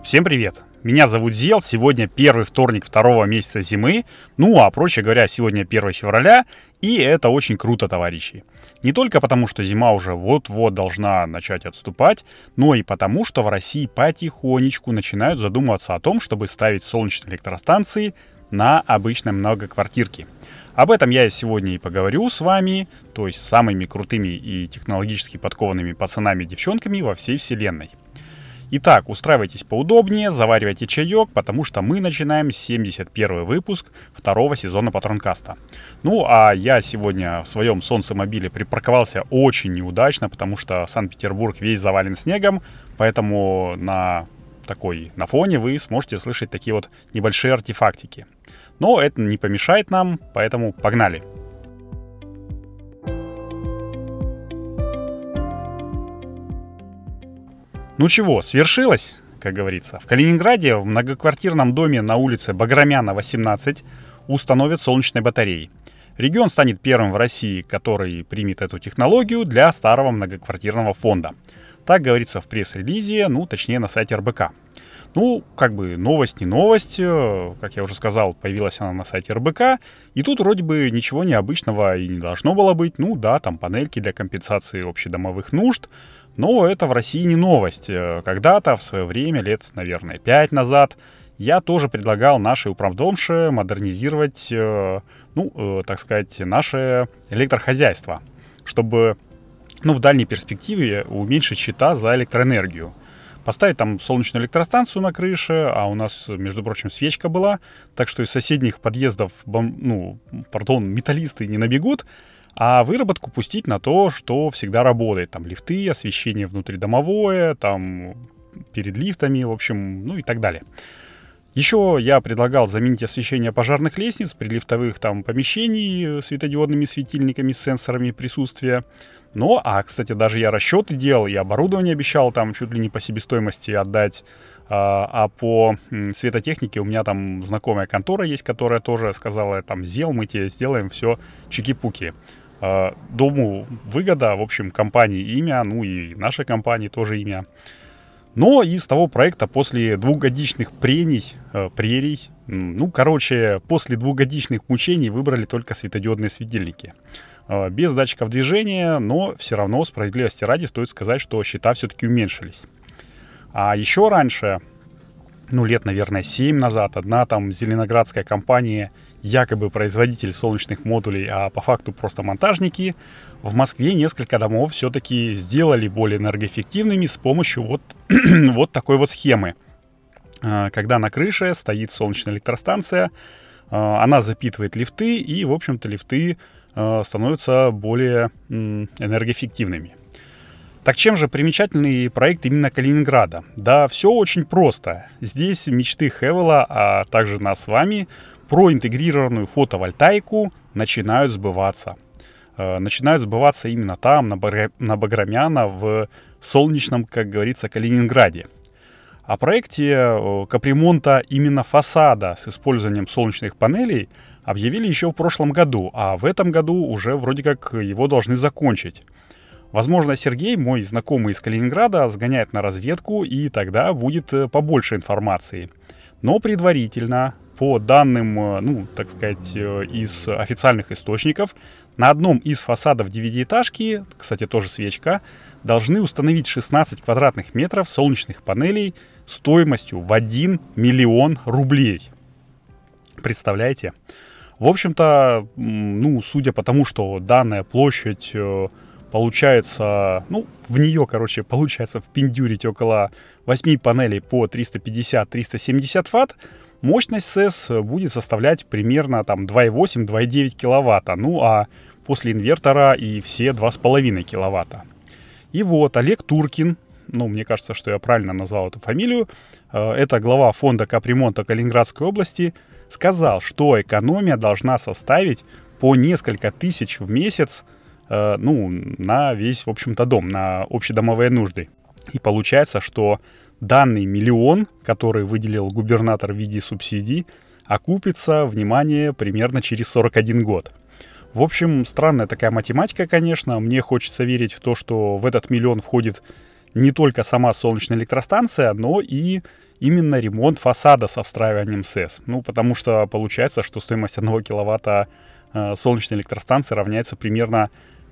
Всем привет! Меня зовут Зел, сегодня первый вторник второго месяца зимы, проще говоря, сегодня 1 февраля, и это очень круто, товарищи. Не только потому, что зима уже вот-вот должна начать отступать, но и потому, что в России потихонечку начинают задумываться о том, чтобы ставить солнечные электростанции на обычной многоквартирке. Об этом я сегодня и поговорю с вами, то есть с самыми крутыми и технологически подкованными пацанами и девчонками во всей вселенной. Итак, устраивайтесь поудобнее, заваривайте чаек, потому что мы начинаем 71 выпуск второго сезона Патронкаста. А я сегодня в своем солнцемобиле припарковался очень неудачно, потому что Санкт-Петербург весь завален снегом, поэтому на фоне вы сможете слышать такие вот небольшие артефактики. Но это не помешает нам, поэтому погнали! Ну чего, свершилось, как говорится. В Калининграде в многоквартирном доме на улице Баграмяна, 18, установят солнечные батареи. Регион станет первым в России, который примет эту технологию для старого многоквартирного фонда. Так говорится в пресс-релизе, точнее на сайте РБК. Новость не новость, как я уже сказал, появилась она на сайте РБК, и тут вроде бы ничего необычного и не должно было быть. Там панельки для компенсации общедомовых нужд, но это в России не новость. Когда-то, в свое время, лет, наверное, 5 назад, я тоже предлагал нашей управдомше модернизировать, наше электрохозяйство, чтобы, в дальней перспективе уменьшить счета за электроэнергию. Поставить там солнечную электростанцию на крыше, а у нас, между прочим, свечка была, так что из соседних подъездов, металлисты не набегут, а выработку пустить на то, что всегда работает. Там лифты, освещение внутридомовое, там перед лифтами, в общем, и так далее. Еще я предлагал заменить освещение пожарных лестниц при лифтовых помещений светодиодными светильниками с сенсорами присутствия. Кстати, даже я расчеты делал и оборудование обещал там чуть ли не по себестоимости отдать. А по светотехнике у меня там знакомая контора есть, которая тоже сказала, Зел, мы тебе сделаем все чики-пуки. Дому выгода, в общем, компании имя, и нашей компании тоже имя. Но из того проекта после двухгодичных прерий, после двухгодичных мучений выбрали только светодиодные светильники. Без датчиков движения, но все равно, справедливости ради, стоит сказать, что счета все-таки уменьшились. А еще раньше, лет, наверное, 7 назад, одна зеленоградская компания, якобы производитель солнечных модулей, а по факту просто монтажники, в Москве несколько домов все-таки сделали более энергоэффективными с помощью вот такой вот схемы. Когда на крыше стоит солнечная электростанция, она запитывает лифты, и, в общем-то, лифты становятся более энергоэффективными. Так чем же примечательный проект именно Калининграда? Да, все очень просто. Здесь мечты Хевела, а также нас с вами, про интегрированную фотовольтаику начинают сбываться. Начинают сбываться именно там, на Баграмяна, в солнечном, как говорится, Калининграде. О проекте капремонта именно фасада с использованием солнечных панелей объявили еще в прошлом году, а в этом году уже вроде как его должны закончить. Возможно, Сергей, мой знакомый из Калининграда, сгоняет на разведку, и тогда будет побольше информации. Но предварительно, по данным, из официальных источников, на одном из фасадов девятиэтажки, кстати, тоже свечка, должны установить 16 квадратных метров солнечных панелей стоимостью в 1 миллион рублей. Представляете? В общем-то, судя по тому, что данная площадь получается, в нее, получается впендюрить около 8 панелей по 350-370 Вт, мощность СЭС будет составлять примерно 2,8-2,9 киловатта, а после инвертора и все 2,5 киловатта. И вот Олег Туркин, мне кажется, что я правильно назвал эту фамилию, это глава фонда капремонта Калининградской области, сказал, что экономия должна составить по несколько тысяч в месяц, на весь, в общем-то, дом, на общедомовые нужды. И получается, что данный миллион, который выделил губернатор в виде субсидий, окупится, внимание, примерно через 41 год. В общем, странная такая математика, конечно. Мне хочется верить в то, что в этот миллион входит не только сама солнечная электростанция, но и именно ремонт фасада со встраиванием СЭС. Ну, потому что получается, что стоимость 1 киловатта солнечной электростанции равняется примерно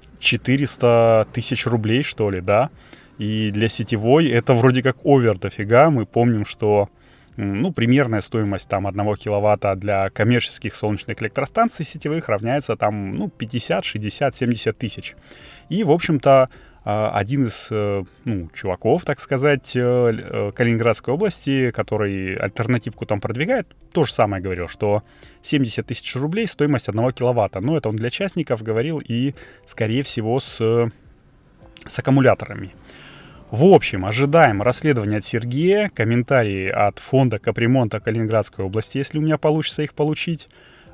400 тысяч рублей, что ли, да? И для сетевой это вроде как овер дофига. Мы помним, что примерная стоимость там 1 киловатта для коммерческих солнечных электростанций сетевых равняется там 50, 60, 70 тысяч. И, в общем-то, один из чуваков, так сказать, Калининградской области, который альтернативку там продвигает, то же самое говорил, что 70 тысяч рублей стоимость 1 киловатта. Но это он для частников говорил и, скорее всего, с аккумуляторами. В общем, ожидаем расследования от Сергея, комментарии от фонда капремонта Калининградской области, если у меня получится их получить.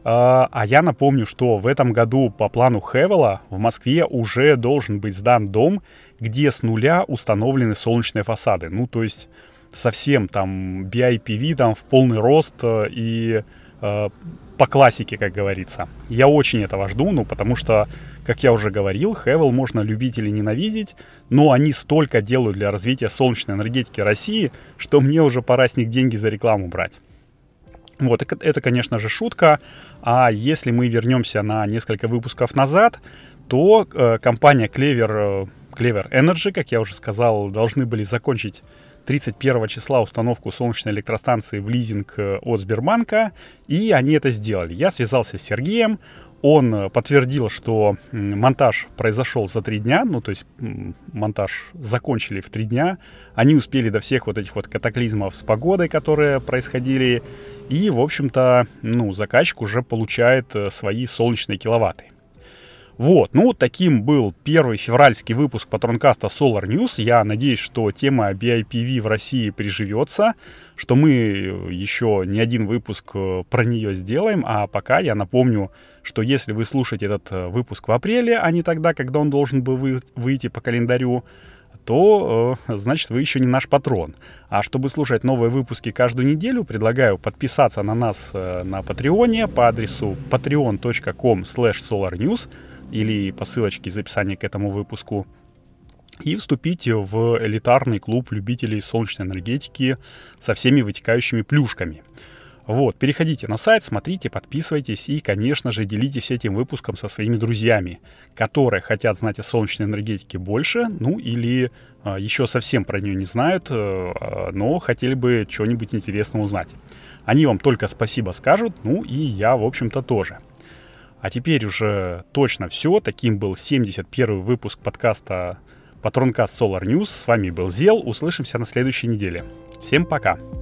А я напомню, что в этом году по плану Хевела в Москве уже должен быть сдан дом, где с нуля установлены солнечные фасады. Ну, то есть совсем там BIPV там в полный рост и по классике, как говорится. Я очень этого жду, потому что, как я уже говорил, Хевел можно любить или ненавидеть, но они столько делают для развития солнечной энергетики России, что мне уже пора с них деньги за рекламу брать. Вот, это, конечно же, шутка. А если мы вернемся на несколько выпусков назад, то компания Clever Energy, как я уже сказал, должны были закончить 31 числа установку солнечной электростанции в лизинг от Сбербанка, и они это сделали. Я связался с Сергеем, он подтвердил, что монтаж произошел за 3 дня, то есть монтаж закончили в 3 дня. Они успели до всех вот этих вот катаклизмов с погодой, которые происходили, и, в общем-то, заказчик уже получает свои солнечные киловатты. Вот, таким был первый февральский выпуск Патронкаста Solar News. Я надеюсь, что тема BIPV в России приживется, что мы еще не один выпуск про нее сделаем. А пока я напомню, что если вы слушаете этот выпуск в апреле, а не тогда, когда он должен был выйти по календарю, то, значит, вы еще не наш патрон. А чтобы слушать новые выпуски каждую неделю, предлагаю подписаться на нас на Патреоне по адресу patreon.com/solarnews или по ссылочке из описания к этому выпуску, и вступить в элитарный клуб любителей солнечной энергетики со всеми вытекающими плюшками. Вот, переходите на сайт, смотрите, подписывайтесь и, конечно же, делитесь этим выпуском со своими друзьями, которые хотят знать о солнечной энергетике больше, или еще совсем про нее не знают, но хотели бы чего-нибудь интересного узнать. Они вам только спасибо скажут, и я, в общем-то, тоже. А теперь уже точно все. Таким был 71-й выпуск подкаста Патронкаст Solar News. С вами был Зел. Услышимся на следующей неделе. Всем пока.